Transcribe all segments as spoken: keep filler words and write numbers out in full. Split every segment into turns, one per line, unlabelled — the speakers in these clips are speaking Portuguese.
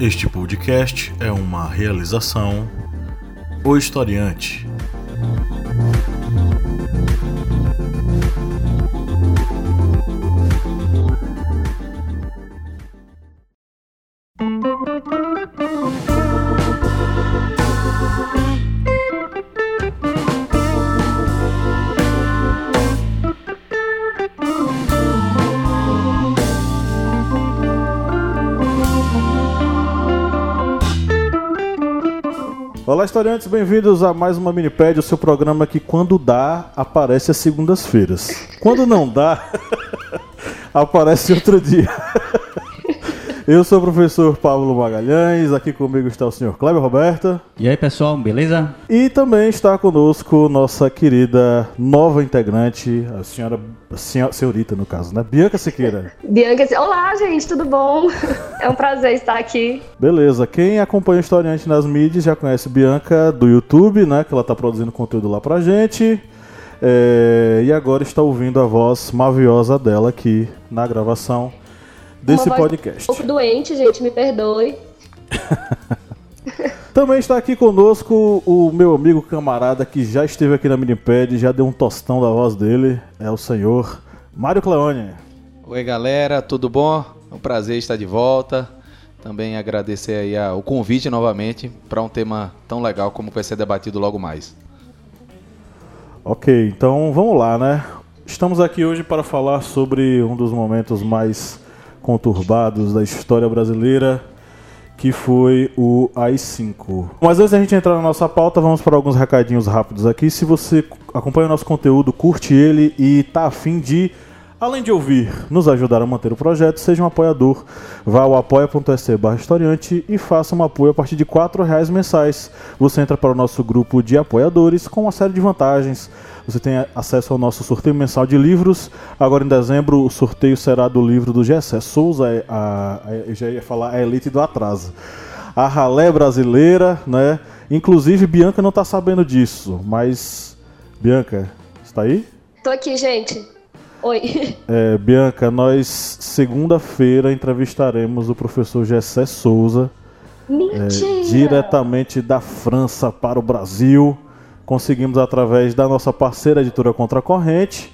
Este podcast é uma realização O Historiante. Olá, historiantes, bem-vindos a mais uma Minipédia, o seu programa que, quando dá, aparece às segundas-feiras. Quando não dá, aparece outro dia. Eu sou o professor Pablo Magalhães, aqui comigo está o senhor Kleber Roberto.
E aí, pessoal, beleza?
E também está conosco nossa querida nova integrante, a senhora, a senhora senhorita no caso, né? Bianca Siqueira.
Bianca, olá gente, tudo bom? É um prazer estar aqui.
Beleza, quem acompanha o Historiante nas mídias já conhece Bianca do YouTube, né? Que ela está produzindo conteúdo lá pra gente. É, e agora está ouvindo a voz maviosa dela aqui na gravação desse
Uma voz
podcast.
Um pouco doente, gente, me perdoe.
Também está aqui conosco o meu amigo camarada que já esteve aqui na Minipédia, já deu um tostão da voz dele, é o senhor Mário Cleone.
Oi galera, tudo bom? É um prazer estar de volta. Também agradecer aí a, o convite novamente para um tema tão legal como vai ser debatido logo mais.
Ok, então vamos lá, né? Estamos aqui hoje para falar sobre um dos momentos mais conturbados da história brasileira, que foi o A I cinco. Mas antes da gente entrar na nossa pauta, vamos para alguns recadinhos rápidos aqui. Se você acompanha o nosso conteúdo, curte ele e tá a fim de, além de ouvir, nos ajudar a manter o projeto, seja um apoiador. Vá ao apoia.se barra historiante e faça um apoio a partir de quatro reais mensais. Você entra para o nosso grupo de apoiadores com uma série de vantagens. Você tem acesso ao nosso sorteio mensal de livros. Agora em dezembro o sorteio será do livro do Gessé Souza, a, a, eu já ia falar a elite do atraso. A ralé brasileira, né? Inclusive Bianca não está sabendo disso, mas... Bianca, está aí?
Tô aqui, gente. Oi.
É, Bianca, nós segunda-feira entrevistaremos o professor Gessé Souza.
Mentira!
É, diretamente da França para o Brasil. Conseguimos através da nossa parceira editora Contra a Corrente.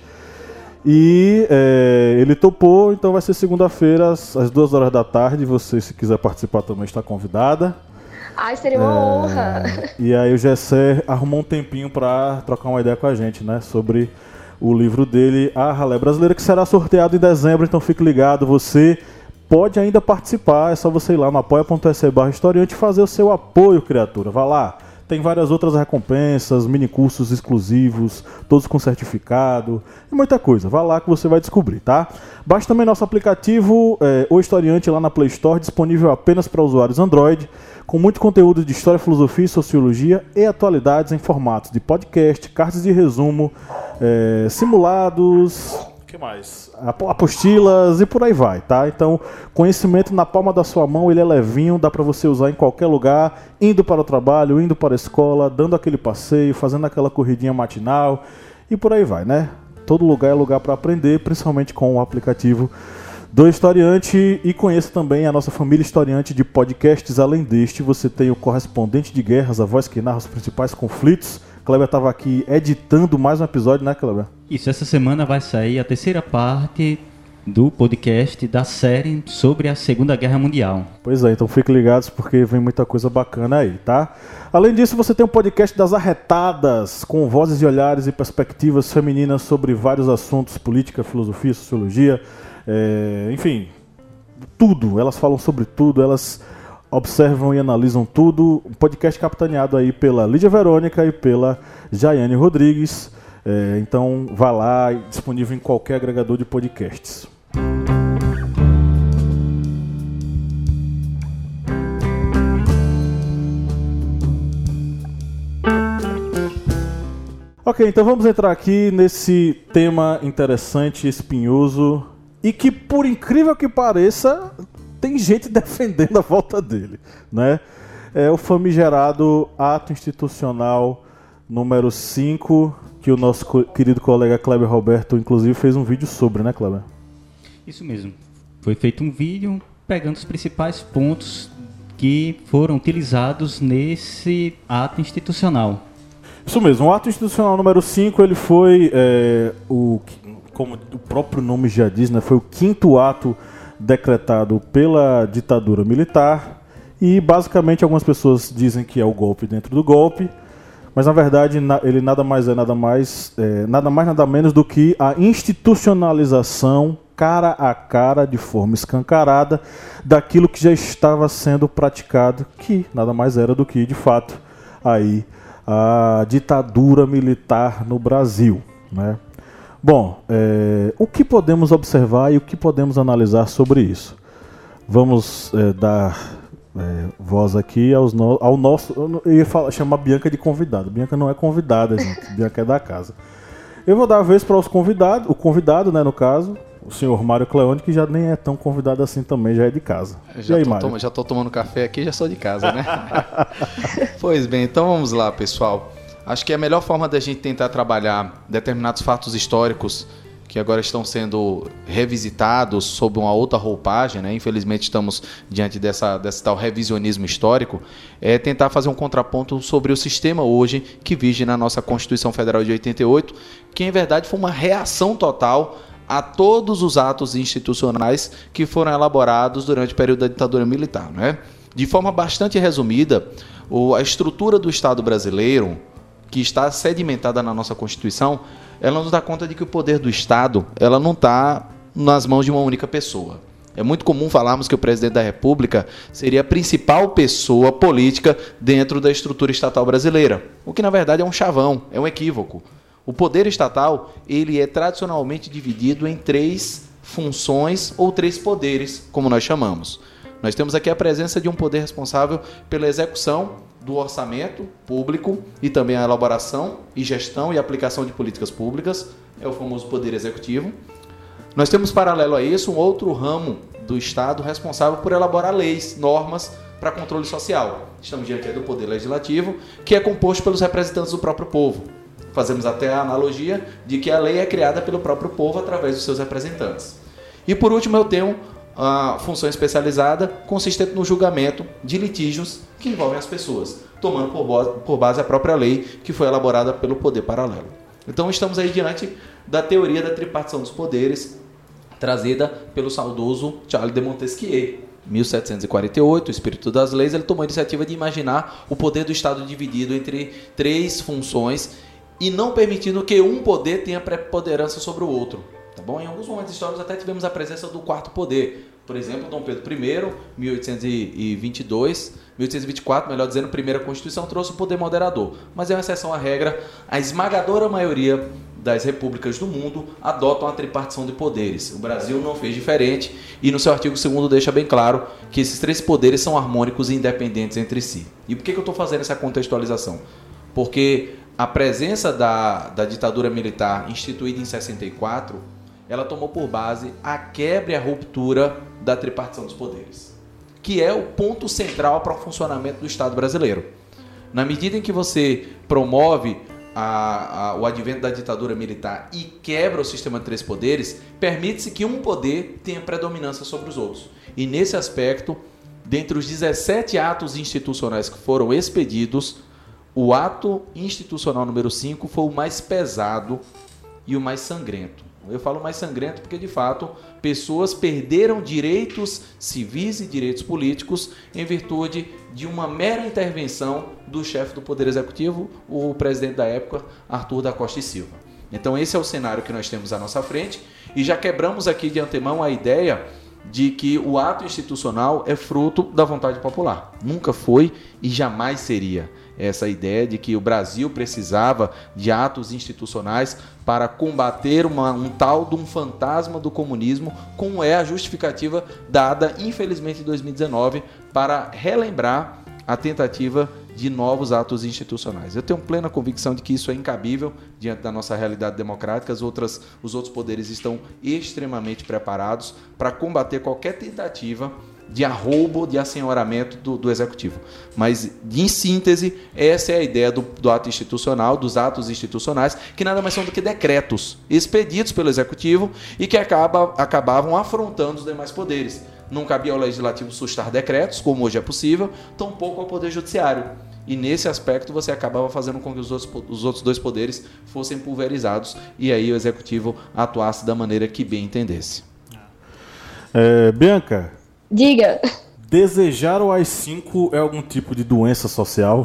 E é, ele topou, então vai ser segunda-feira às, às duas horas da tarde. Você, se quiser participar, também está convidada.
Ai, seria uma é, honra.
E aí o Gessé arrumou um tempinho para trocar uma ideia com a gente, né? Sobre o livro dele, A Ralé Brasileira, que será sorteado em dezembro, então fique ligado. Você pode ainda participar, é só você ir lá no apoia.se barra historiante e fazer o seu apoio, criatura. Vá lá. Tem várias outras recompensas, mini cursos exclusivos, todos com certificado e muita coisa. Vá lá que você vai descobrir, tá? Baixe também nosso aplicativo, é, O Historiante, lá na Play Store, disponível apenas para usuários Android, com muito conteúdo de história, filosofia, sociologia e atualidades em formatos de podcast, cartas de resumo, é, simulados... O que mais? Apostilas e por aí vai, tá? Então, conhecimento na palma da sua mão, ele é levinho, dá pra você usar em qualquer lugar, indo para o trabalho, indo para a escola, dando aquele passeio, fazendo aquela corridinha matinal e por aí vai, né? Todo lugar é lugar para aprender, principalmente com o aplicativo do Historiante. E conheça também a nossa família Historiante de podcasts. Além deste, você tem o Correspondente de Guerras, a voz que narra os principais conflitos. Kleber estava aqui editando mais um episódio, né, Kleber?
Isso, essa semana vai sair a terceira parte do podcast da série sobre a Segunda Guerra Mundial.
Pois é, então fiquem ligados porque vem muita coisa bacana aí, tá? Além disso, você tem um podcast das Arretadas, com vozes e olhares e perspectivas femininas sobre vários assuntos, política, filosofia, sociologia, é, enfim, tudo. Elas falam sobre tudo, elas... observam e analisam tudo. Um podcast capitaneado aí pela Lídia Verônica e pela Jaiane Rodrigues. É, então vá lá, disponível em qualquer agregador de podcasts. Ok, então vamos entrar aqui nesse tema interessante, espinhoso e que, por incrível que pareça, tem gente defendendo a volta dele, né? É o famigerado ato institucional número cinco, que o nosso co- querido colega Kleber Roberto, inclusive, fez um vídeo sobre, né, Kleber?
Isso mesmo. Foi feito um vídeo pegando os principais pontos que foram utilizados nesse ato institucional.
Isso mesmo, o ato institucional número cinco, ele foi, é, o, como o próprio nome já diz, né, foi o quinto ato decretado pela ditadura militar e basicamente algumas pessoas dizem que é o golpe dentro do golpe, mas na verdade ele nada mais é nada mais, é, nada mais nada menos do que a institucionalização cara a cara, de forma escancarada, daquilo que já estava sendo praticado, que nada mais era do que, de fato, aí a ditadura militar no Brasil, né? Bom, é, o que podemos observar e o que podemos analisar sobre isso? Vamos é, dar é, voz aqui aos no, ao nosso... Eu ia falar, chamar a Bianca de convidada. Bianca não é convidada, gente. Bianca é da casa. Eu vou dar a vez para os convidados, o convidado, né, no caso, o senhor Mário Cleone, que já nem é tão convidado assim também, já é de casa.
Já
e aí,
tô
Mário?
Tom, já estou tomando café aqui, já sou de casa, né? Pois bem, então vamos lá, pessoal. Acho que a melhor forma da gente tentar trabalhar determinados fatos históricos que agora estão sendo revisitados sob uma outra roupagem, né? Infelizmente estamos diante dessa, desse tal revisionismo histórico, é tentar fazer um contraponto sobre o sistema hoje que vige na nossa Constituição Federal de oitenta e oito, que em verdade foi uma reação total a todos os atos institucionais que foram elaborados durante o período da ditadura militar, né? De forma bastante resumida, a estrutura do Estado brasileiro, que está sedimentada na nossa Constituição, ela nos dá conta de que o poder do Estado ela não está nas mãos de uma única pessoa. É muito comum falarmos que o presidente da República seria a principal pessoa política dentro da estrutura estatal brasileira, o que na verdade é um chavão, é um equívoco. O poder estatal ele é tradicionalmente dividido em três funções ou três poderes, como nós chamamos. Nós temos aqui a presença de um poder responsável pela execução do orçamento público e também a elaboração e gestão e aplicação de políticas públicas, é o famoso poder executivo. Nós temos, paralelo a isso, um outro ramo do Estado responsável por elaborar leis, normas para controle social. Estamos diante do poder legislativo, que é composto pelos representantes do próprio povo. Fazemos até a analogia de que a lei é criada pelo próprio povo através dos seus representantes. E por último eu tenho a função especializada consistente no julgamento de litígios que envolvem as pessoas, tomando por base a própria lei que foi elaborada pelo poder paralelo. Então estamos aí diante da teoria da tripartição dos poderes, trazida pelo saudoso Charles de Montesquieu. Em mil setecentos e quarenta e oito, o espírito das leis, ele tomou a iniciativa de imaginar o poder do Estado dividido entre três funções e não permitindo que um poder tenha preponderância sobre o outro. Tá bom? Em alguns momentos históricos até tivemos a presença do quarto poder. Por exemplo, Dom Pedro I, mil oitocentos e vinte e dois, mil oitocentos e vinte e quatro, melhor dizendo, a primeira Constituição trouxe o poder moderador. Mas é uma exceção à regra. A esmagadora maioria das repúblicas do mundo adotam a tripartição de poderes. O Brasil não fez diferente e no seu artigo segundo deixa bem claro que esses três poderes são harmônicos e independentes entre si. E por que que eu estou fazendo essa contextualização? Porque a presença da, da ditadura militar instituída em sessenta e quatro, ela tomou por base a quebra e a ruptura da tripartição dos poderes, que é o ponto central para o funcionamento do Estado brasileiro. Na medida em que você promove a, a, o advento da ditadura militar e quebra o sistema de três poderes, permite-se que um poder tenha predominância sobre os outros. E nesse aspecto, dentre os dezessete atos institucionais que foram expedidos, o ato institucional número cinco foi o mais pesado e o mais sangrento. Eu falo mais sangrento porque, de fato, pessoas perderam direitos civis e direitos políticos em virtude de uma mera intervenção do chefe do Poder Executivo, o presidente da época, Arthur da Costa e Silva. Então, esse é o cenário que nós temos à nossa frente e já quebramos aqui de antemão a ideia de que o ato institucional é fruto da vontade popular. Nunca foi e jamais seria. Essa ideia de que o Brasil precisava de atos institucionais para combater uma, um tal de um fantasma do comunismo, como é a justificativa dada, infelizmente, em dois mil e dezenove, para relembrar a tentativa de novos atos institucionais. Eu tenho plena convicção de que isso é incabível diante da nossa realidade democrática. As outras, os outros poderes estão extremamente preparados para combater qualquer tentativa de arroubo, de assenhoramento do, do Executivo. Mas, em síntese, essa é a ideia do, do ato institucional, dos atos institucionais, que nada mais são do que decretos expedidos pelo Executivo e que acaba, acabavam afrontando os demais poderes. não cabia ao legislativo sustar decretos, como hoje é possível, tampouco ao poder judiciário. E nesse aspecto você acabava fazendo com que os outros, os outros dois poderes fossem pulverizados e aí o executivo atuasse da maneira que bem entendesse.
É, Bianca,
Diga.
desejar o A I cinco é algum tipo de doença social?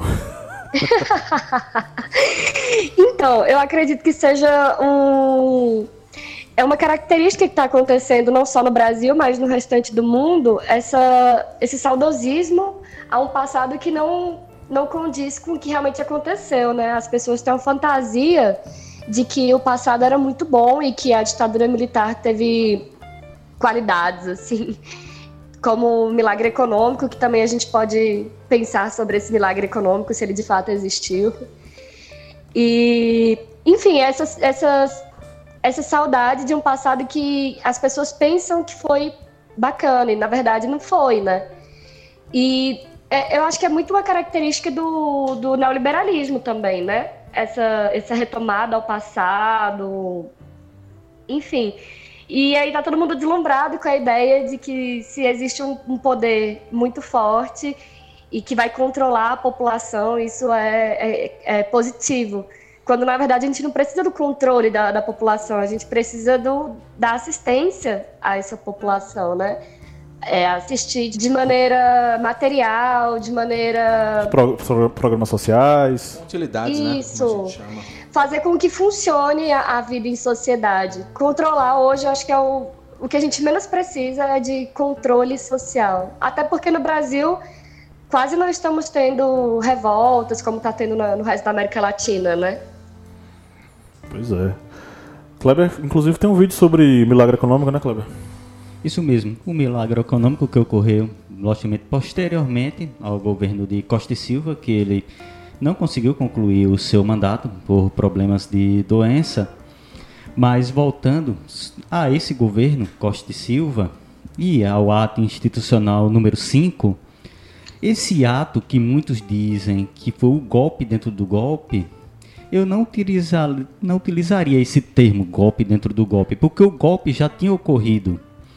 Então, eu acredito que seja um... É uma característica que está acontecendo não só no Brasil, mas no restante do mundo, essa, esse saudosismo a um passado que não, não condiz com o que realmente aconteceu, né? As pessoas têm uma fantasia de que o passado era muito bom e que a ditadura militar teve qualidades, assim, como um milagre econômico, que também a gente pode pensar sobre esse milagre econômico, se ele de fato existiu. E, enfim, essas, essas, essa saudade de um passado que as pessoas pensam que foi bacana, e na verdade não foi, né? E é, eu acho que é muito uma característica do, do neoliberalismo também, né? Essa, essa retomada ao passado, enfim... E aí tá todo mundo deslumbrado com a ideia de que se existe um, um poder muito forte e que vai controlar a população, isso é, é, é positivo. Quando, na verdade, a gente não precisa do controle da, da população, a gente precisa do, da assistência a essa população, né? É, assistir de maneira material, de maneira...
Pro, pro, programas sociais.
Utilidades,
isso.
né? Como a gente chama.
Fazer com que funcione a, a vida em sociedade. Controlar hoje, eu acho que é o, o que a gente menos precisa é de controle social. Até porque no Brasil quase não estamos tendo revoltas como está tendo no, no resto da América Latina, né?
Pois é. Kleber, inclusive, tem um vídeo sobre milagre econômico, né, Kleber?
Isso mesmo, o milagre econômico que ocorreu, logicamente, posteriormente ao governo de Costa e Silva, que ele não conseguiu concluir o seu mandato por problemas de doença, mas voltando a esse governo, Costa e Silva, e ao ato institucional número cinco, esse ato que muitos dizem que foi o golpe dentro do golpe, eu não, utilizar, não utilizaria esse termo, golpe dentro do golpe, porque o golpe já tinha ocorrido.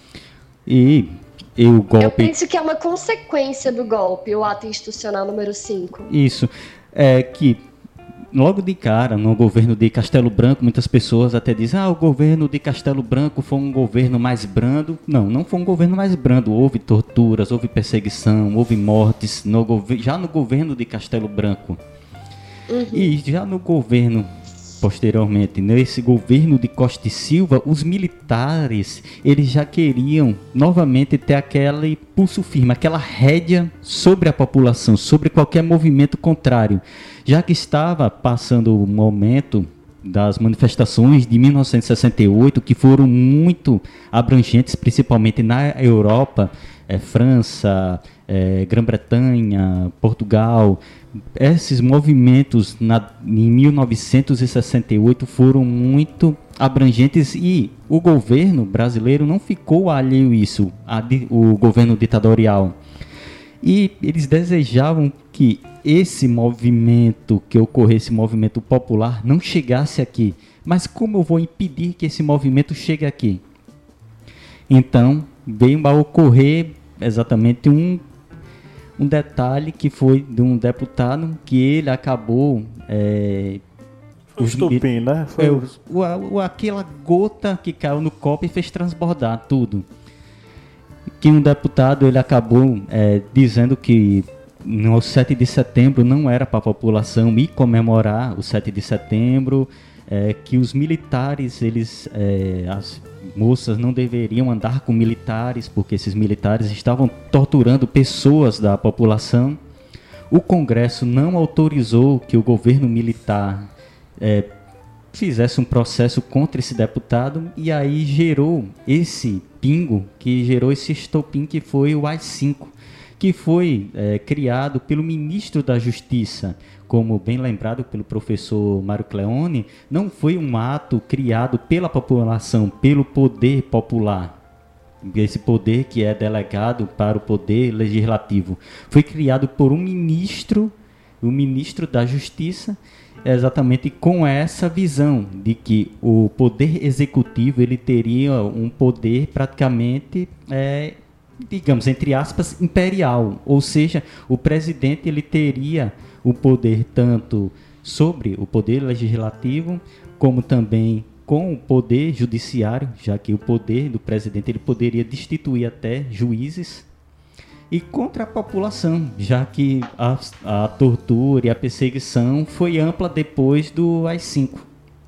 E, e o golpe...
Eu penso que é uma consequência do golpe, o ato institucional número cinco.
Isso. É que, logo de cara, no governo de Castelo Branco, muitas pessoas até dizem, ah, o governo de Castelo Branco foi um governo mais brando. Não, não foi um governo mais brando. Houve torturas, houve perseguição, houve mortes, no gov- já no governo de Castelo Branco. Uhum. E já no governo... Posteriormente, nesse governo de Costa e Silva, os militares, eles já queriam novamente ter aquele pulso firme, aquela rédea sobre a população, sobre qualquer movimento contrário, já que estava passando o momento das manifestações de mil novecentos e sessenta e oito, que foram muito abrangentes, principalmente na Europa, é, França, é, Grã-Bretanha, Portugal. Esses movimentos na, em mil novecentos e sessenta e oito foram muito abrangentes e o governo brasileiro não ficou alheio a isso, a, o governo ditatorial. E eles desejavam que esse movimento, que ocorresse, esse movimento popular, não chegasse aqui. Mas como eu vou impedir que esse movimento chegue aqui? Então, veio a ocorrer exatamente um, um detalhe que foi de um deputado que ele acabou... É,
o estupim, né? Foi
é, o, o, aquela gota que caiu no copo e fez transbordar tudo. Que um deputado ele acabou é, dizendo que no sete de setembro não era para a população ir comemorar o sete de setembro, é, que os militares, eles, é, as moças não deveriam andar com militares, porque esses militares estavam torturando pessoas da população. O Congresso não autorizou que o governo militar é, fizesse um processo contra esse deputado, e aí gerou esse pingo, que gerou esse estopim, que foi o A I cinco, que foi é, criado pelo ministro da Justiça, como bem lembrado pelo professor Mário Cleone. Não foi um ato criado pela população, pelo poder popular, esse poder que é delegado para o poder legislativo. Foi criado por um ministro, o ministro da Justiça, exatamente com essa visão de que o poder executivo ele teria um poder praticamente é, digamos, entre aspas, imperial. Ou seja, o presidente ele teria o poder tanto sobre o poder legislativo, como também com o poder judiciário, já que o poder do presidente ele poderia destituir até juízes, e contra a população, já que a, a tortura e a perseguição foi ampla depois do A I cinco.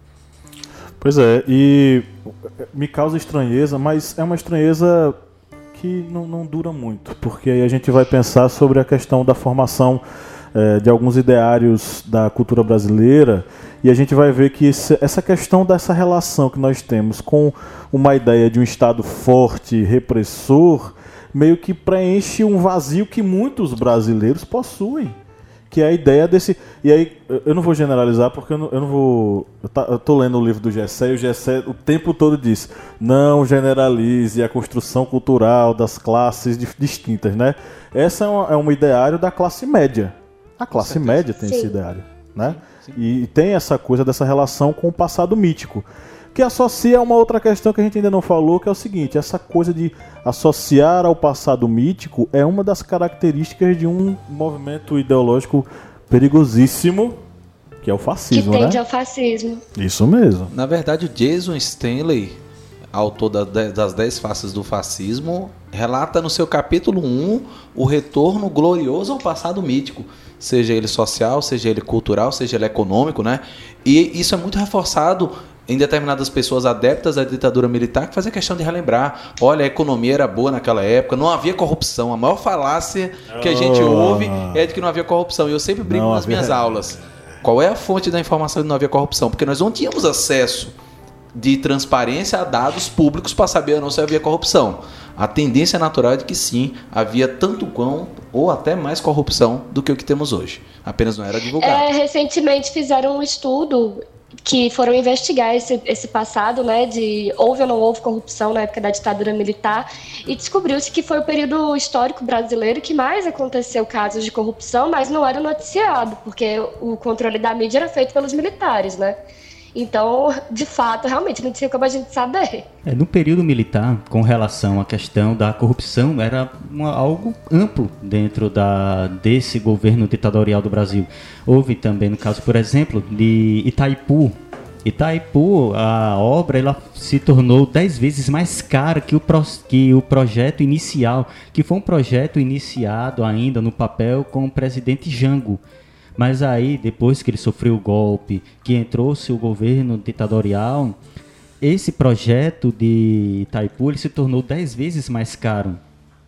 Pois é, e me causa estranheza, mas é uma estranheza que não, não dura muito, porque aí a gente vai pensar sobre a questão da formação é, de alguns ideários da cultura brasileira, e a gente vai ver que esse, essa questão dessa relação que nós temos com uma ideia de um Estado forte, repressor, meio que preenche um vazio que muitos brasileiros possuem, que é a ideia desse... E aí, eu não vou generalizar, porque eu não, eu não vou... Eu, tá, eu tô lendo o livro do Gessé, e o Gessé o tempo todo diz: não generalize a construção cultural das classes distintas, né? Essa é, uma, é um ideário da classe média. A classe média tem esse ideário, né? Sim, sim. E tem essa coisa dessa relação com o passado mítico, que associa a uma outra questão que a gente ainda não falou, que é o seguinte: essa coisa de associar ao passado mítico é uma das características de um movimento ideológico perigosíssimo, que é o fascismo,
que tende
né?
ao fascismo.
Isso mesmo.
Na verdade, o Jason Stanley, autor das dez faces do fascismo, relata no seu capítulo um o retorno glorioso ao passado mítico, seja ele social, seja ele cultural, seja ele econômico, né? E isso é muito reforçado em determinadas pessoas adeptas à ditadura militar, que fazem questão de relembrar: olha, a economia era boa naquela época, não havia corrupção. A maior falácia que a gente
oh.
ouve é de que não havia corrupção. E eu sempre brinco não nas havia... minhas aulas: qual é a fonte da informação de que não havia corrupção? Porque nós não tínhamos acesso de transparência a dados públicos para saber ou não se havia corrupção. A tendência natural é de que sim, havia tanto quão ou até mais corrupção do que o que temos hoje. Apenas não era divulgado.
É, recentemente fizeram um estudo que foram investigar esse, esse passado, né, de houve ou não houve corrupção na época da ditadura militar, e descobriu-se que foi o período histórico brasileiro que mais aconteceu casos de corrupção, mas não era noticiado, porque o controle da mídia era feito pelos militares, né? Então, de fato, realmente não tinha como a gente saber.
É, no período militar, com relação à questão da corrupção, era uma, algo amplo dentro da, desse governo ditatorial do Brasil. Houve também, no caso, por exemplo, de Itaipu. Itaipu, a obra, ela se tornou dez vezes mais cara que o, pro, que o projeto inicial, que foi um projeto iniciado ainda no papel com o presidente Jango. Mas aí, depois que ele sofreu o golpe, que entrou-se o governo ditatorial, esse projeto de Itaipu ele se tornou dez vezes mais caro.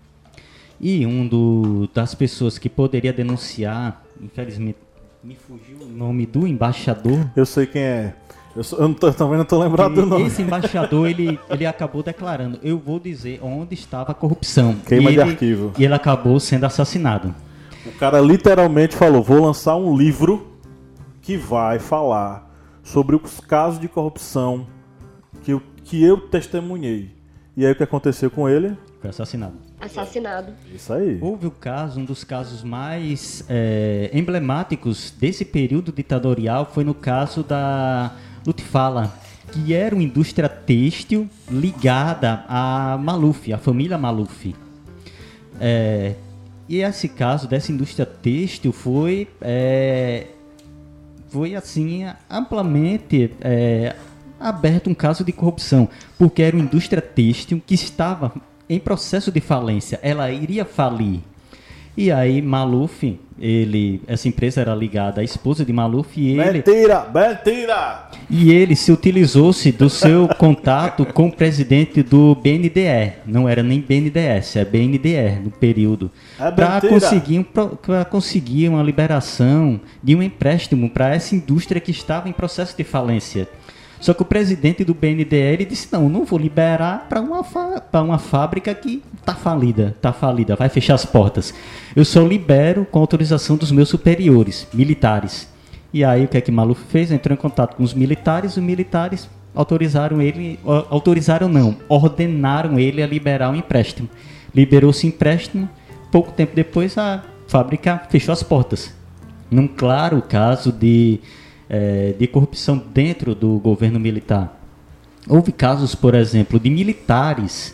E um do, das pessoas que poderia denunciar, infelizmente, me fugiu o nome do embaixador.
Eu sei quem é. Eu, sou, eu não tô, também não estou lembrado do nome.
Esse embaixador, ele, ele acabou declarando: eu vou dizer onde estava a corrupção.
Queima
e
de
ele,
arquivo.
E ele acabou sendo assassinado.
O cara literalmente falou: vou lançar um livro que vai falar sobre os casos de corrupção que eu, que eu testemunhei. E aí o que aconteceu com ele?
Foi assassinado.
Assassinado.
Isso aí.
Houve o caso, um dos casos mais é, emblemáticos desse período ditatorial foi no caso da Lutfala, que era uma indústria têxtil ligada à Maluf, à família Maluf. É... E esse caso dessa indústria têxtil foi, é, foi assim, amplamente é, aberto um caso de corrupção, porque era uma indústria têxtil que estava em processo de falência, ela iria falir. E aí Maluf, ele, essa empresa era ligada à esposa de Maluf e ele...
Mentira! Mentira!
E ele se utilizou-se do seu contato com o presidente do B N D E, não era nem B N D S, é B N D E no período,
é
para conseguir, para conseguir uma liberação de um empréstimo para essa indústria que estava em processo de falência. Só que o presidente do B N D E ele disse: não, não vou liberar para uma, para uma fábrica que está falida, está falida, vai fechar as portas. Eu só libero com autorização dos meus superiores, militares. E aí o que é que Maluf fez? Entrou em contato com os militares, os militares autorizaram ele, autorizaram não, ordenaram ele a liberar o empréstimo. Liberou-se o empréstimo, pouco tempo depois a fábrica fechou as portas. Num claro caso de... É, de corrupção dentro do governo militar. Houve casos, por exemplo, de militares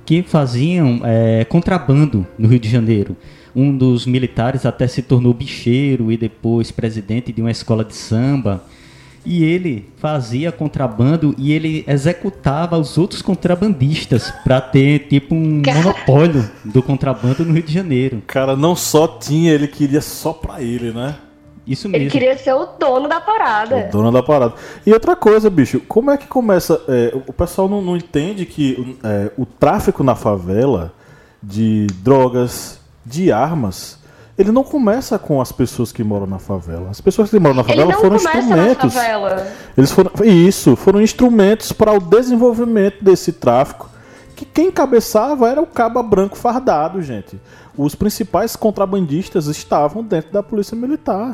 que faziam é, contrabando no Rio de Janeiro. Um dos militares até se tornou bicheiro e depois presidente de uma escola de samba. E ele fazia contrabando e ele executava os outros contrabandistas para ter tipo um monopólio do contrabando no Rio de Janeiro.
Cara, não só tinha, ele queria só pra ele, né?
Isso mesmo.
Ele queria ser o dono da parada.
O dono da parada. E outra coisa, bicho, como é que começa... É, o pessoal não, não entende que é, o tráfico na favela de drogas, de armas... Ele não começa com as pessoas que moram na favela. As pessoas que moram na favela foram instrumentos. Na favela. Eles foram isso, foram instrumentos para o desenvolvimento desse tráfico. Que quem encabeçava era o caba branco fardado, gente. Os principais contrabandistas estavam dentro da polícia militar.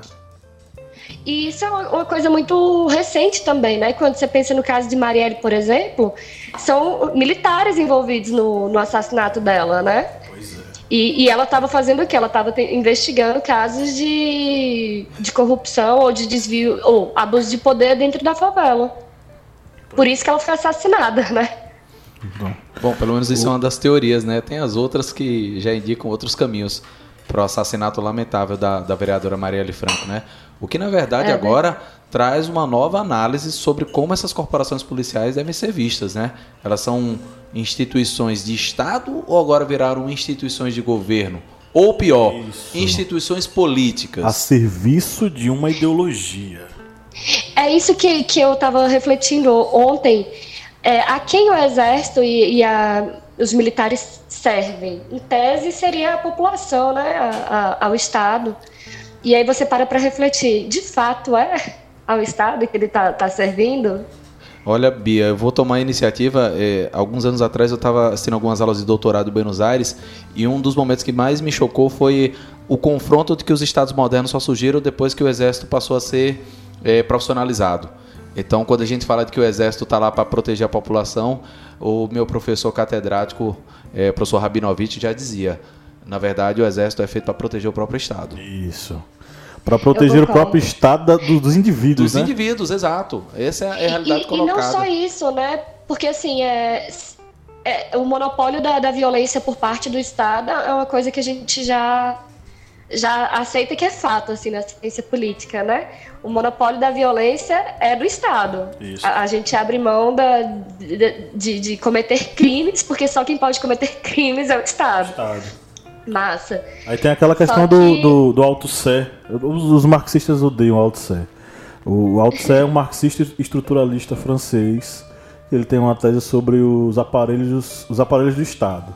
E isso é uma coisa muito recente também, né? Quando você pensa no caso de Marielle, por exemplo, são militares envolvidos no, no assassinato dela, né? Pois é. E, e ela estava fazendo o quê? Ela estava investigando casos de, de corrupção ou de desvio ou abuso de poder dentro da favela. Por isso que ela foi assassinada, né?
Bom, pelo menos isso é uma das teorias, né? Tem as outras que já indicam outros caminhos para o assassinato lamentável da, da vereadora Marielle Franco, né? O que, na verdade, é, agora né? traz uma nova análise sobre como essas corporações policiais devem ser vistas, né? Elas são instituições de Estado ou agora viraram instituições de governo? Ou pior, isso. instituições políticas?
A serviço de uma ideologia.
É isso que, que eu estava refletindo ontem. É, a quem o Exército e, e a, os militares servem? Em tese, seria a população, né? a, a, ao Estado. E aí você para para refletir, de fato é ao Estado que ele está tá servindo?
Olha, Bia, eu vou tomar a iniciativa. É, alguns anos atrás eu estava assistindo algumas aulas de doutorado em Buenos Aires e um dos momentos que mais me chocou foi o confronto de que os Estados modernos só surgiram depois que o Exército passou a ser é, profissionalizado. Então, quando a gente fala de que o Exército está lá para proteger a população, o meu professor catedrático, é, professor Rabinovich, já dizia, na verdade, o Exército é feito para proteger o próprio Estado.
Isso. Para proteger o próprio Estado da, dos indivíduos,
Dos
né?
indivíduos, exato. Essa é a realidade
e,
colocada.
E não só isso, né? Porque, assim, é, é, o monopólio da, da violência por parte do Estado é uma coisa que a gente já, já aceita que é fato, assim, na ciência política, né? O monopólio da violência é do Estado. A, a gente abre mão da, de, de, de cometer crimes, porque só quem pode cometer crimes é o Estado.
Estado.
Massa.
Aí tem aquela questão que... do, do, do Althusser. Os, os marxistas odeiam o Althusser. O Althusser é um marxista estruturalista francês. Ele tem uma tese sobre os aparelhos, os aparelhos do Estado.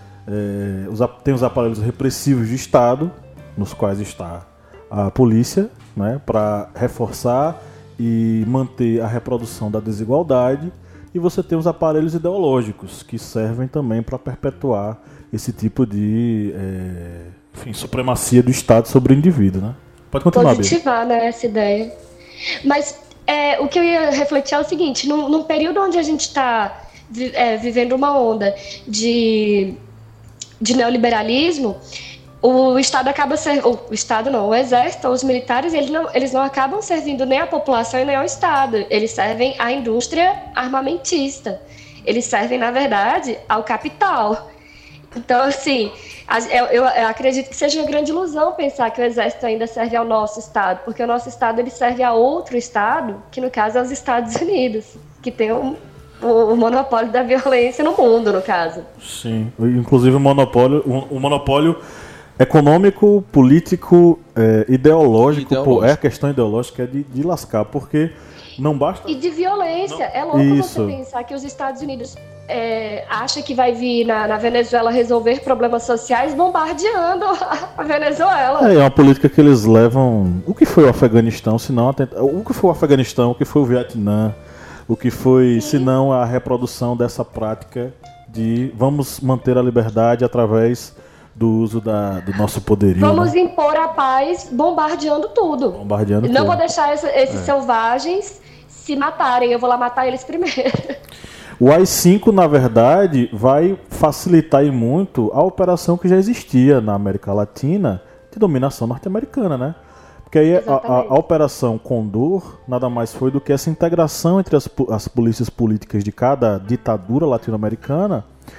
É, os, tem os aparelhos repressivos do Estado, nos quais está a polícia, né, para reforçar e manter a reprodução da desigualdade. E você tem os aparelhos ideológicos, que servem também para perpetuar esse tipo de é, enfim, supremacia do Estado sobre o indivíduo, né? Pode continuar,
positivar, né, essa ideia. Mas é, o que eu ia refletir é o seguinte, num, num período onde a gente está é, vivendo uma onda de, de neoliberalismo, o Estado acaba ser, o Estado não, o Exército, os militares, eles não, eles não acabam servindo nem à população e nem ao Estado. Eles servem à indústria armamentista. Eles servem, na verdade, ao capital. Então, assim, eu, eu, eu acredito que seja uma grande ilusão pensar que o Exército ainda serve ao nosso Estado, porque o nosso Estado ele serve a outro Estado, que no caso é os Estados Unidos, que tem o, o, o monopólio da violência no mundo, no caso.
Sim, inclusive o monopólio, o, o monopólio econômico, político, é, ideológico, ideológico. Pô, é a questão ideológica é de, de lascar, porque não basta...
E de violência. Não. É louco Isso. você pensar que os Estados Unidos é, acha que vai vir na, na Venezuela resolver problemas sociais bombardeando a Venezuela.
É, é uma política que eles levam... O que foi o Afeganistão, se não... O que foi o Afeganistão, o que foi o Vietnã, o que foi, Sim. se não a reprodução dessa prática de vamos manter a liberdade através... do uso da, do nosso poderio.
Vamos
né?
impor a paz bombardeando tudo.
Bombardeando
Não
tudo.
vou deixar essa, esses é. selvagens se matarem, eu vou lá matar eles primeiro.
O A I cinco, na verdade, vai facilitar e muito a operação que já existia na América Latina de dominação norte-americana, né? Porque aí a, a, a Operação Condor nada mais foi do que essa integração entre as, as polícias políticas de cada ditadura latino-americana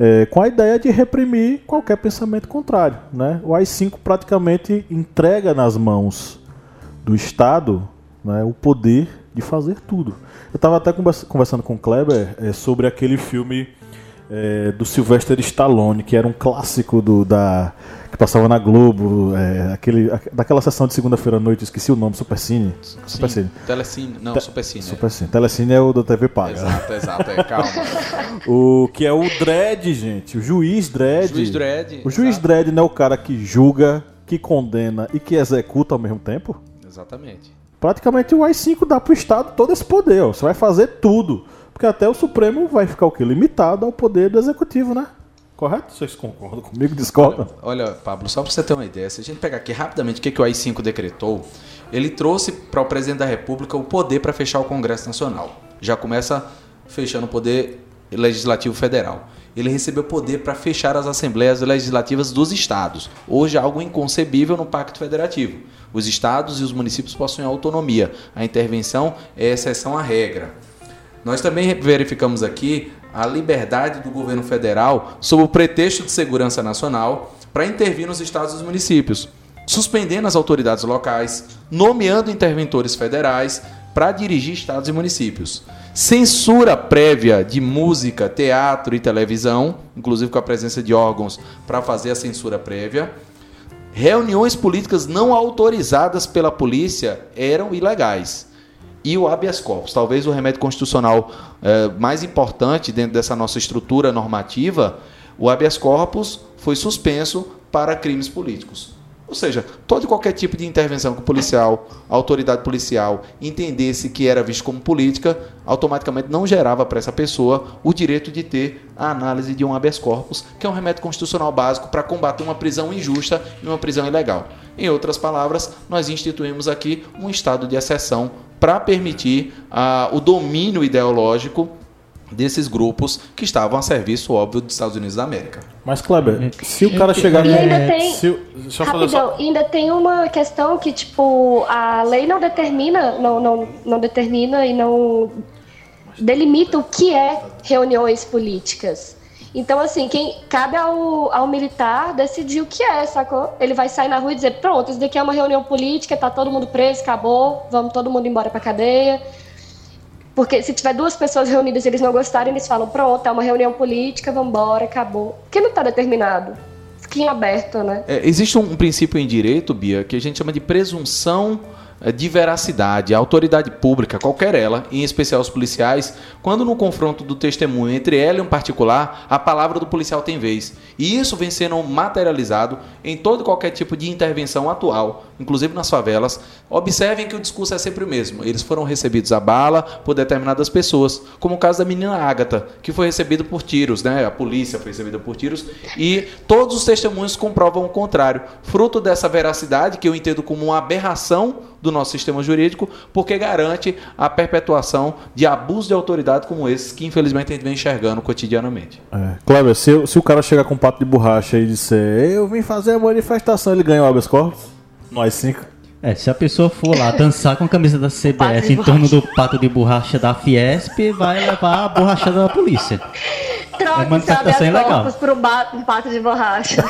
é, com a ideia de reprimir qualquer pensamento contrário, né? O A I cinco praticamente entrega nas mãos do Estado, né, o poder de fazer tudo. Eu estava até conversando com o Kleber é, sobre aquele filme é, do Sylvester Stallone, que era um clássico do, da, que passava na Globo, é, aquele, daquela sessão de segunda-feira à noite, esqueci o nome, Supercine.
Supercine. Telecine, não, Te, Supercine.
Supercine. É. Telecine é o da T V paga.
Exato, exato, é, calma.
O que é o Dredd, gente, o juiz Dredd.
O juiz Dredd.
O juiz exato. Dredd não é o cara que julga, que condena e que executa ao mesmo tempo?
Exatamente.
Praticamente o A I cinco dá pro Estado todo esse poder, ó. Você vai fazer tudo. Porque até o Supremo vai ficar o quê? Limitado ao poder do Executivo, né? Correto? Vocês concordam comigo? Discordam?
Olha, olha, Pablo, só para você ter uma ideia, se a gente pegar aqui rapidamente o que, que o A I cinco decretou, ele trouxe para o presidente da República o poder para fechar o Congresso Nacional. Já começa fechando o poder legislativo federal. Ele recebeu poder para fechar as assembleias legislativas dos estados. Hoje é algo inconcebível no Pacto Federativo. Os estados e os municípios possuem autonomia. A intervenção é exceção à regra. Nós também verificamos aqui a liberdade do governo federal sob o pretexto de segurança nacional para intervir nos estados e nos municípios, suspendendo as autoridades locais, nomeando interventores federais para dirigir estados e municípios. Censura prévia de música, teatro e televisão, inclusive com a presença de órgãos para fazer a censura prévia. Reuniões políticas não autorizadas pela polícia eram ilegais. E o habeas corpus, talvez o remédio constitucional eh, mais importante dentro dessa nossa estrutura normativa, o habeas corpus foi suspenso para crimes políticos. Ou seja, todo e qualquer tipo de intervenção que o policial, a autoridade policial, entendesse que era visto como política, automaticamente não gerava para essa pessoa o direito de ter a análise de um habeas corpus, que é um remédio constitucional básico para combater uma prisão injusta e uma prisão ilegal. Em outras palavras, nós instituímos aqui um estado de exceção para permitir uh, o domínio ideológico desses grupos que estavam a serviço, óbvio, dos Estados Unidos da América.
Mas, Kleber, se o cara chegar...
E ainda tem,
se, deixa eu
rapidão,
só...
ainda tem uma questão que, tipo, a lei não determina, não, não, não determina e não delimita o que é reuniões políticas. Então, assim, quem cabe ao, ao militar decidir o que é, sacou? Ele vai sair na rua e dizer, pronto, isso daqui é uma reunião política, tá todo mundo preso, acabou, vamos todo mundo embora pra cadeia. Porque se tiver duas pessoas reunidas e eles não gostarem, eles falam, pronto, é uma reunião política, vamos embora, acabou. Porque não está determinado. Fica em aberto, né?
É, existe um, um princípio em direito, Bia, que a gente chama de presunção de veracidade. A autoridade pública, qualquer ela, em especial os policiais, quando no confronto do testemunho entre ela e um particular, a palavra do policial tem vez. E isso vem sendo materializado em todo e qualquer tipo de intervenção atual, inclusive nas favelas. Observem que o discurso é sempre o mesmo. Eles foram recebidos a bala por determinadas pessoas, como o caso da menina Ágata, que foi recebida por tiros, né? A polícia foi recebida por tiros, e todos os testemunhos comprovam o contrário. Fruto dessa veracidade, que eu entendo como uma aberração do nosso sistema jurídico, porque garante a perpetuação de abuso de autoridade como esses que, infelizmente, a gente vem enxergando cotidianamente.
É. Kleber, se, se o cara chegar com um pato de borracha e disser eu vim fazer a manifestação, ele ganha o habeas corpus? Nós cinco.
É, se a pessoa for lá dançar com a camisa da C B S em torno do pato de borracha da Fiesp, vai levar a borrachada da polícia.
Troca
é manifestação ilegal
por um, um pato de borracha.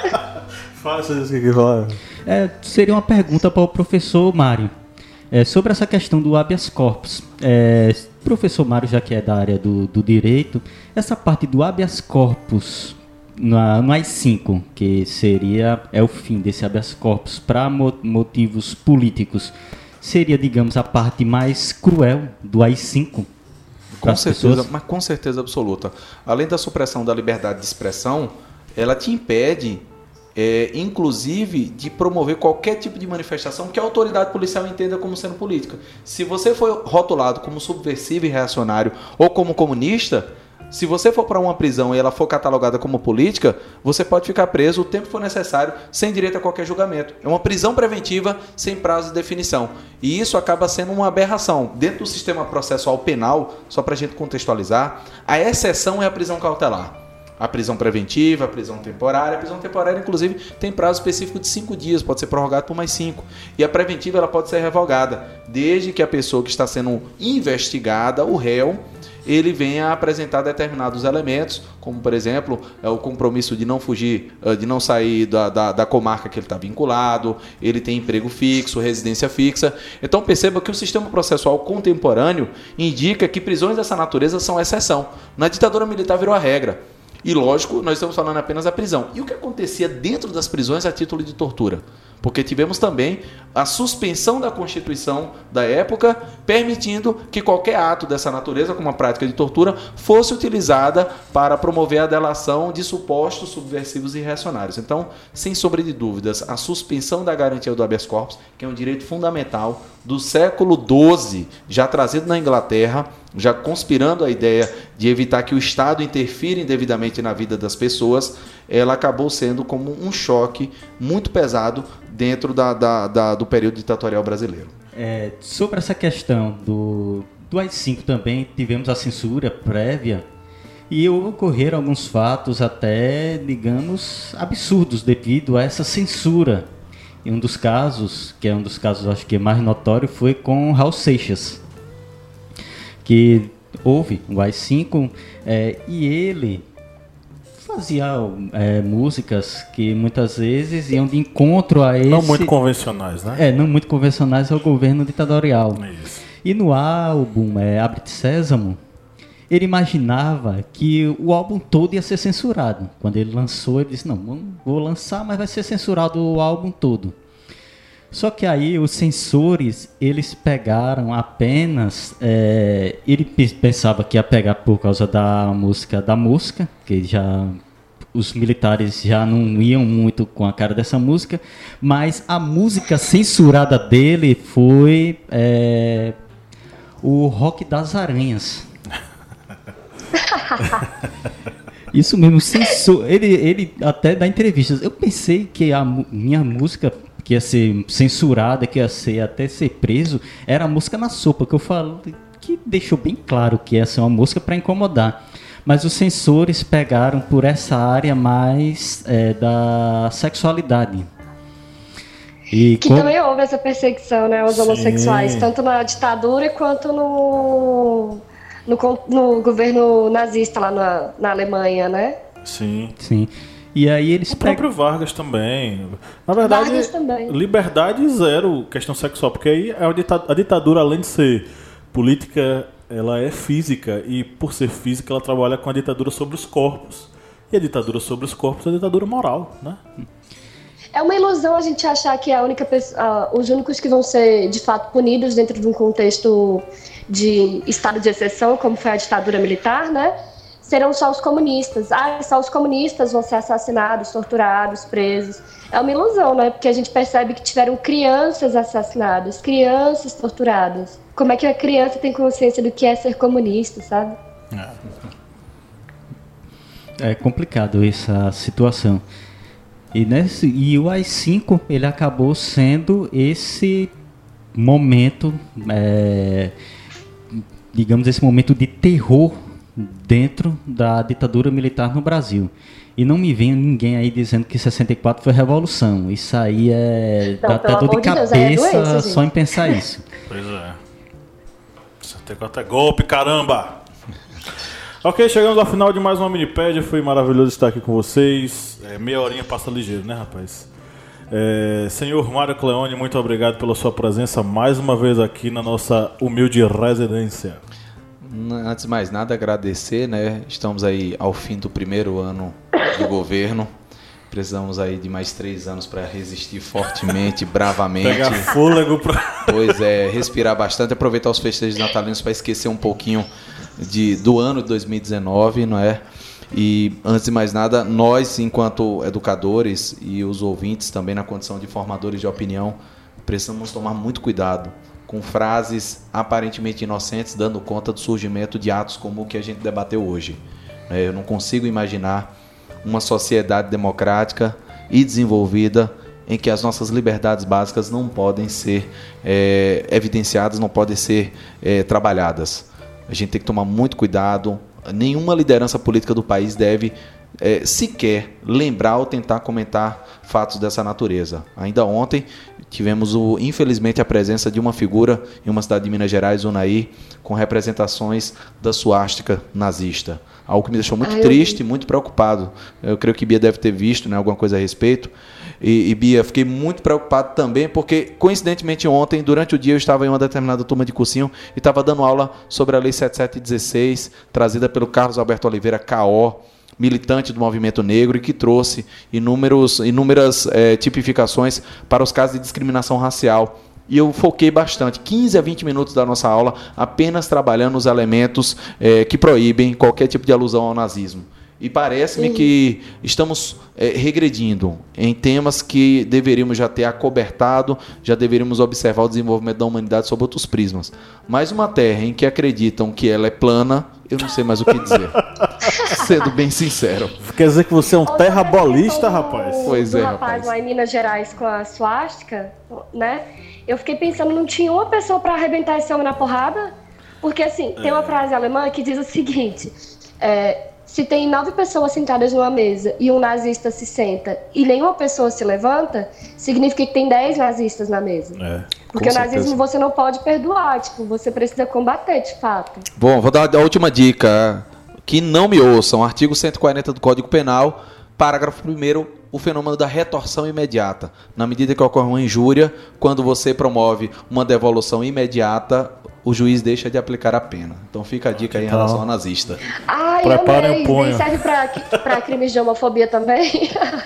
Faça isso que fala.
É, seria uma pergunta para o professor Mário. É, sobre essa questão do habeas corpus. É, professor Mário, já que é da área do, do direito, essa parte do habeas corpus no, no A I cinco, que seria é o fim desse habeas corpus para mo- motivos políticos, seria, digamos, a parte mais cruel do A I cinco?
Com certeza, mas com certeza absoluta. Além da supressão da liberdade de expressão, ela te impede... É, inclusive de promover qualquer tipo de manifestação que a autoridade policial entenda como sendo política. Se você for rotulado como subversivo e reacionário ou como comunista, se você for para uma prisão e ela for catalogada como política, você pode ficar preso o tempo que for necessário, sem direito a qualquer julgamento. É uma prisão preventiva sem prazo de definição. E isso acaba sendo uma aberração. Dentro do sistema processual penal, só para a gente contextualizar, a exceção é a prisão cautelar. a prisão preventiva, a prisão temporária. A prisão temporária, inclusive, tem prazo específico de cinco dias, pode ser prorrogado por mais cinco. E a preventiva ela pode ser revogada, desde que a pessoa que está sendo investigada, o réu, ele venha a apresentar determinados elementos, como, por exemplo, é o compromisso de não fugir, de não sair da, da, da comarca que ele está vinculado, ele tem emprego fixo, residência fixa. Então, perceba que o sistema processual contemporâneo indica que prisões dessa natureza são exceção. Na ditadura militar virou a regra. E, lógico, nós estamos falando apenas da prisão. E o que acontecia dentro das prisões a título de tortura? Porque tivemos também a suspensão da Constituição da época, permitindo que qualquer ato dessa natureza, como a prática de tortura, fosse utilizada para promover a delação de supostos subversivos e reacionários. Então, sem sombra de dúvidas, a suspensão da garantia do habeas corpus, que é um direito fundamental do século doze, já trazido na Inglaterra, já conspirando a ideia de evitar que o Estado interfira indevidamente na vida das pessoas, ela acabou sendo como um choque muito pesado dentro da, da, da, do período ditatorial brasileiro.
É, sobre essa questão do, do A I cinco também, tivemos a censura prévia e ocorreram alguns fatos até, digamos, absurdos devido a essa censura. E um dos casos, que é um dos casos acho que mais notório, foi com Raul Seixas, que houve o A I cinco é, e ele fazia é, músicas que muitas vezes iam de encontro a esse...
Não muito convencionais, né?
É, não muito convencionais ao governo ditatorial.
Isso.
E no álbum é, Abre-te Sésamo, ele imaginava que o álbum todo ia ser censurado. Quando ele lançou, ele disse, não, vou lançar, mas vai ser censurado o álbum todo. Só que aí os censores, eles pegaram apenas... É, ele pensava que ia pegar por causa da música da música, que já os militares já não iam muito com a cara dessa música, mas a música censurada dele foi é, o Rock das Aranhas. Isso mesmo, censor, ele, ele até dá entrevistas. Eu pensei que a minha música... que ia ser censurada, que ia ser até ser preso, era a música Na Sopa, que eu falo, que deixou bem claro que ia ser uma música para incomodar. Mas os censores pegaram por essa área mais é, da sexualidade. E
que
com...
também houve essa perseguição, né, aos Sim. homossexuais, tanto na ditadura quanto no, no, no governo nazista lá na, na Alemanha, né?
Sim.
Sim. E aí eles
o próprio
pegam...
Vargas também. Na verdade,
Vargas também.
Liberdade zero, questão sexual, porque aí a ditadura, além de ser política, ela é física, e por ser física ela trabalha com a ditadura sobre os corpos. E a ditadura sobre os corpos é a ditadura moral, né?
É uma ilusão a gente achar que a única pessoa, uh, os únicos que vão ser de fato punidos dentro de um contexto de estado de exceção, como foi a ditadura militar, né? Serão só os comunistas. Ah, só os comunistas vão ser assassinados, torturados, presos. É uma ilusão, né? Porque a gente percebe que tiveram crianças assassinadas, crianças torturadas. Como é que a criança tem consciência do que é ser comunista, sabe?
É complicado essa situação. E, nesse, e o A I cinco, ele acabou sendo esse momento, é, digamos, esse momento de terror dentro da ditadura militar no Brasil. E não me venha ninguém aí dizendo que sessenta e quatro foi revolução. Isso aí é...
Não,
dá até dor de cabeça
Deus, é doença,
só em pensar isso.
Pois é. sessenta e quatro é golpe, caramba! Ok, chegamos ao final de mais uma Minipédia. Foi maravilhoso estar aqui com vocês. É, meia horinha passa ligeiro, né, rapaz? É, senhor Mário Cleone, muito obrigado pela sua presença mais uma vez aqui na nossa humilde residência.
Antes de mais nada, agradecer, né? Estamos aí ao fim do primeiro ano do governo. Precisamos aí de mais três anos para resistir fortemente, bravamente.
Pegar fôlego pra...
Pois é, respirar bastante, aproveitar os festejos natalinos para esquecer um pouquinho de, do ano de dois mil e dezenove, não é? E antes de mais nada, nós, enquanto educadores e os ouvintes também na condição de formadores de opinião, precisamos tomar muito cuidado com frases aparentemente inocentes, dando conta do surgimento de atos como o que a gente debateu hoje. Eu não consigo imaginar uma sociedade democrática e desenvolvida em que as nossas liberdades básicas não podem ser é, evidenciadas, não podem ser é, trabalhadas. A gente tem que tomar muito cuidado. Nenhuma liderança política do país deve é, sequer lembrar ou tentar comentar fatos dessa natureza. Ainda ontem tivemos, o, infelizmente, a presença de uma figura em uma cidade de Minas Gerais, Unai, com representações da suástica nazista. Algo que me deixou muito Ai, triste e muito preocupado. Eu creio que Bia deve ter visto, né, alguma coisa a respeito. E, e Bia, fiquei muito preocupado também, porque, coincidentemente, ontem, durante o dia, eu estava em uma determinada turma de cursinho e estava dando aula sobre a Lei setenta e sete dezesseis, trazida pelo Carlos Alberto Oliveira, K O, militante do movimento negro, e que trouxe inúmeros, inúmeras é, tipificações para os casos de discriminação racial. E eu foquei bastante, quinze a vinte minutos da nossa aula, apenas trabalhando os elementos é, que proíbem qualquer tipo de alusão ao nazismo. E parece-me uhum. que estamos é, regredindo em temas que deveríamos já ter acobertado, já deveríamos observar o desenvolvimento da humanidade sob outros prismas. Mas uma terra em que acreditam que ela é plana, eu não sei mais o que dizer. Sendo bem sincero.
Quer dizer que você é um terrabolista, rapaz?
Pois
é,
rapaz.
rapaz lá em Minas Gerais com a suástica, né? Eu fiquei pensando, não tinha uma pessoa para arrebentar esse homem na porrada? Porque, assim, tem uma frase alemã que diz o seguinte... É, se tem nove pessoas sentadas numa mesa e um nazista se senta e nenhuma pessoa se levanta, significa que tem dez nazistas na mesa. É, porque o nazismo certeza. Você não pode perdoar, tipo, você precisa combater, de fato.
Bom, vou dar a última dica, que não me ouçam. Artigo cento e quarenta do Código Penal, parágrafo primeiro, o fenômeno da retorção imediata. Na medida que ocorre uma injúria, quando você promove uma devolução imediata, o juiz deixa de aplicar a pena. Então fica a dica aí em então, relação ao nazista.
Ah, Preparem o punho. Serve para crimes de homofobia também?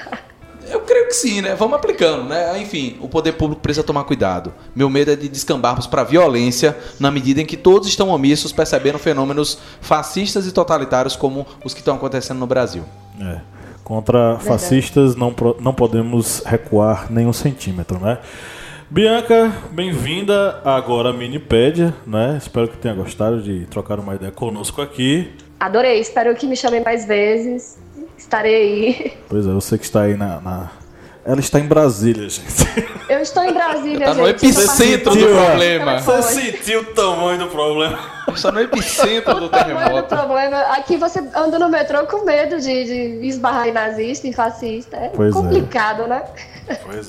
Eu creio que sim, né? Vamos aplicando, né? Enfim, o poder público precisa tomar cuidado. Meu medo é de descambarmos para violência na medida em que todos estão omissos percebendo fenômenos fascistas e totalitários como os que estão acontecendo no Brasil.
É. Contra Verdade. fascistas não, não podemos recuar nem um centímetro, né? Bianca, bem-vinda agora à Minipédia, né? Espero que tenha gostado de trocar uma ideia conosco aqui.
Adorei, espero que me chamem mais vezes. Estarei aí.
Pois é, você que está aí na... na... Ela está em Brasília, gente.
Eu estou em Brasília,
tá
gente.
Está no epicentro do problema.
Você sentiu o tamanho do problema.
Está no epicentro do terremoto.
O problema, aqui você anda no metrô com medo de, de esbarrar em nazista, em fascista. É pois complicado, é. né?
Pois é.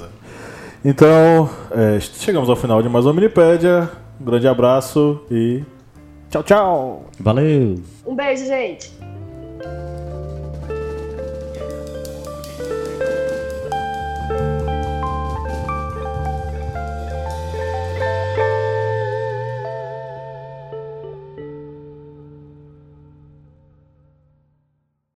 Então, é, chegamos ao final de mais uma Minipédia. Um grande abraço e tchau, tchau.
Valeu.
Um beijo, gente.